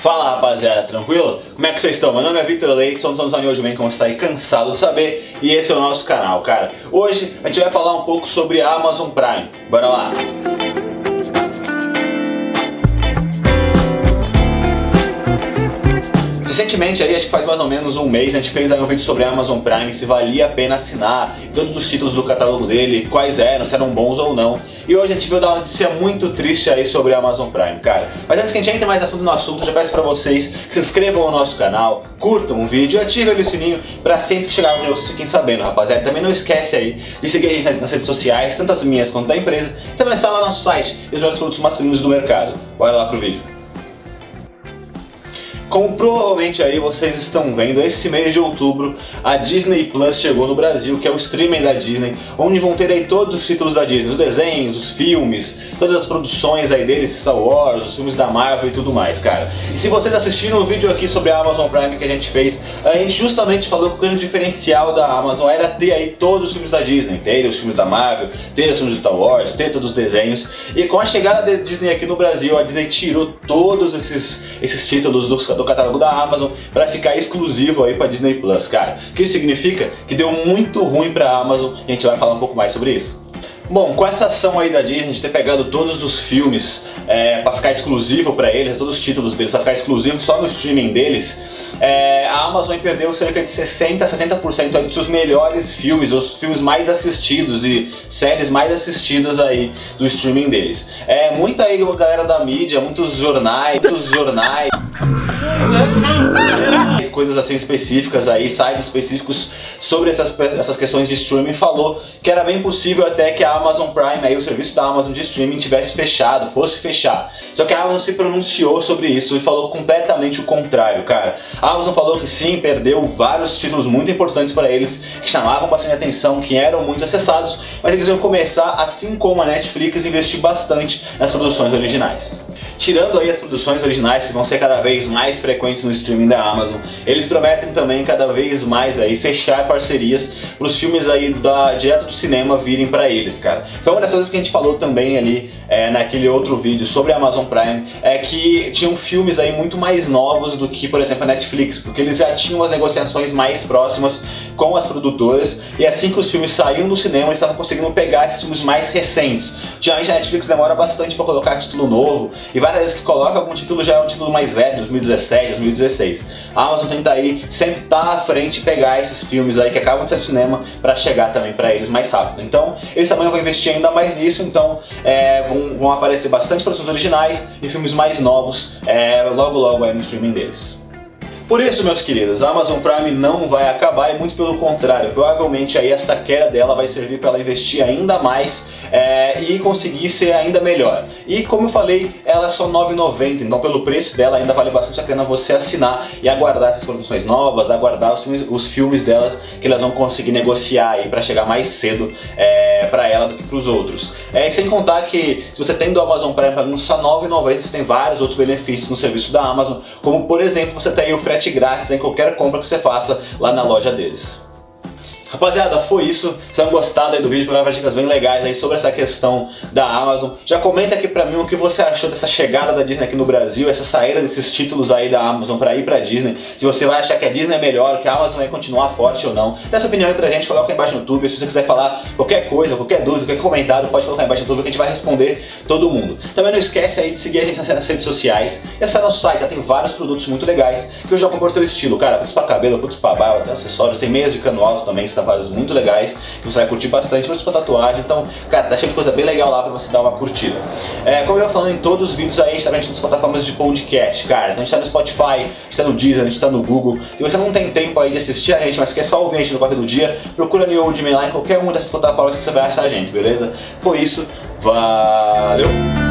Fala rapaziada, tranquilo? Como é que vocês estão? Meu nome é Victor Leite, somos anos hoje bem, como você está aí cansado de saber, e esse é o nosso canal, cara. Hoje a gente vai falar um pouco sobre a Amazon Prime, bora lá! Recentemente, aí, acho que faz mais ou menos um mês, a gente fez aí um vídeo sobre a Amazon Prime, se valia a pena assinar, todos os títulos do catálogo dele, quais eram, se eram bons ou não. E hoje a gente veio dar uma notícia muito triste aí sobre a Amazon Prime, cara. Mas antes que a gente entre mais a fundo no assunto, eu já peço pra vocês que se inscrevam no nosso canal, curtam o vídeo e ativem ali o sininho pra sempre que chegar um vídeo vocês fiquem sabendo, rapaziada. Também não esquece aí de seguir a gente nas redes sociais, tanto as minhas quanto da empresa. Também está lá no nosso site e os melhores produtos masculinos do mercado. Bora lá pro vídeo. Como provavelmente aí vocês estão vendo, esse mês de outubro a Disney Plus chegou no Brasil, que é o streaming da Disney, onde vão ter aí todos os títulos da Disney, os desenhos, os filmes, todas as produções aí deles, Star Wars, os filmes da Marvel e tudo mais, cara. E se vocês assistiram o vídeo aqui sobre a Amazon Prime que a gente fez, a gente justamente falou que o grande diferencial da Amazon era ter aí todos os filmes da Disney, ter os filmes da Marvel, ter os filmes de Star Wars, ter todos os desenhos. E com a chegada da Disney aqui no Brasil, a Disney tirou todos esses títulos do catálogo da Amazon para ficar exclusivo aí para Disney Plus, cara. O que isso significa? Que deu muito ruim para a Amazon e a gente vai falar um pouco mais sobre isso. Bom, com essa ação aí da Disney de ter pegado todos os filmes para ficar exclusivo para eles, todos os títulos deles para ficar exclusivo só no streaming deles, a Amazon perdeu cerca de 60% a 70% aí dos seus melhores filmes, os filmes mais assistidos e séries mais assistidas aí do streaming deles. Muita aí galera da mídia, muitos jornais, coisas assim específicas aí, sites específicos sobre essas questões de streaming, falou que era bem possível até que a Amazon Prime, aí, o serviço da Amazon de streaming tivesse fechado, fosse fechar. Só que a Amazon se pronunciou sobre isso e falou completamente o contrário, cara. A Amazon falou que sim, perdeu vários títulos muito importantes para eles, que chamavam bastante atenção, que eram muito acessados, mas eles iam começar, assim como a Netflix, a investir bastante nas produções originais. Tirando aí as produções originais que vão ser cada vez mais frequentes no streaming da Amazon, eles prometem também cada vez mais aí fechar parcerias para os filmes aí direto do cinema virem para eles, cara. Foi uma das coisas que a gente falou também ali naquele outro vídeo sobre a Amazon Prime, que tinham filmes aí muito mais novos do que, por exemplo, a Netflix, porque eles já tinham as negociações mais próximas com as produtoras, e assim que os filmes saíam do cinema, eles estavam conseguindo pegar esses filmes mais recentes. Geralmente a Netflix demora bastante para colocar título novo, e várias vezes que coloca algum título já é um título mais velho, 2017, 2016. A Amazon tenta aí sempre estar à frente e pegar esses filmes aí que acabam de sair do cinema para chegar também para eles mais rápido. Então eles também vão investir ainda mais nisso, então vão aparecer bastante produções originais e filmes mais novos logo aí no streaming deles. Por isso, meus queridos, a Amazon Prime não vai acabar e muito pelo contrário, provavelmente aí essa queda dela vai servir para ela investir ainda mais e conseguir ser ainda melhor. E como eu falei, ela é só R$ 9,90, então pelo preço dela ainda vale bastante a pena você assinar e aguardar essas produções novas, aguardar os filmes dela que elas vão conseguir negociar aí para chegar mais cedo para ela do que para os outros. Sem contar que se você tem do Amazon Prime pagando só R$ 9,90, você tem vários outros benefícios no serviço da Amazon, como por exemplo, você tem o frete grátis em qualquer compra que você faça lá na loja deles. Rapaziada, foi isso. Se vocês gostado aí do vídeo, pegaram dicas bem legais aí sobre essa questão da Amazon. Já comenta aqui pra mim o que você achou dessa chegada da Disney aqui no Brasil, essa saída desses títulos aí da Amazon pra ir pra Disney. Se você vai achar que a Disney é melhor, que a Amazon vai continuar forte ou não. Dá sua opinião aí pra gente, coloca aí embaixo no YouTube. Se você quiser falar qualquer coisa, qualquer dúvida, qualquer comentário, pode colocar aí embaixo no YouTube que a gente vai responder todo mundo. Também não esquece aí de seguir a gente nas redes sociais. E acessar nosso site, já tem vários produtos muito legais que eu já compro o teu estilo, cara. Produtos pra cabelo, produtos pra barba, tem acessórios, tem meias de cano alto também, estampas muito legais, que você vai curtir bastante, produtos pra tatuagem. Então, cara, tá cheio de coisa bem legal lá pra você dar uma curtida. Como eu ia falando em todos os vídeos aí, a gente tá nas plataformas de podcast, cara. Então a gente tá no Spotify, a gente tá no Deezer, a gente tá no Google. Se você não tem tempo aí de assistir a gente, mas quer só ouvir a gente no corte do dia, procura ali o Old Man lá em qualquer uma dessas plataformas que você vai achar a gente, beleza? Foi isso, valeu!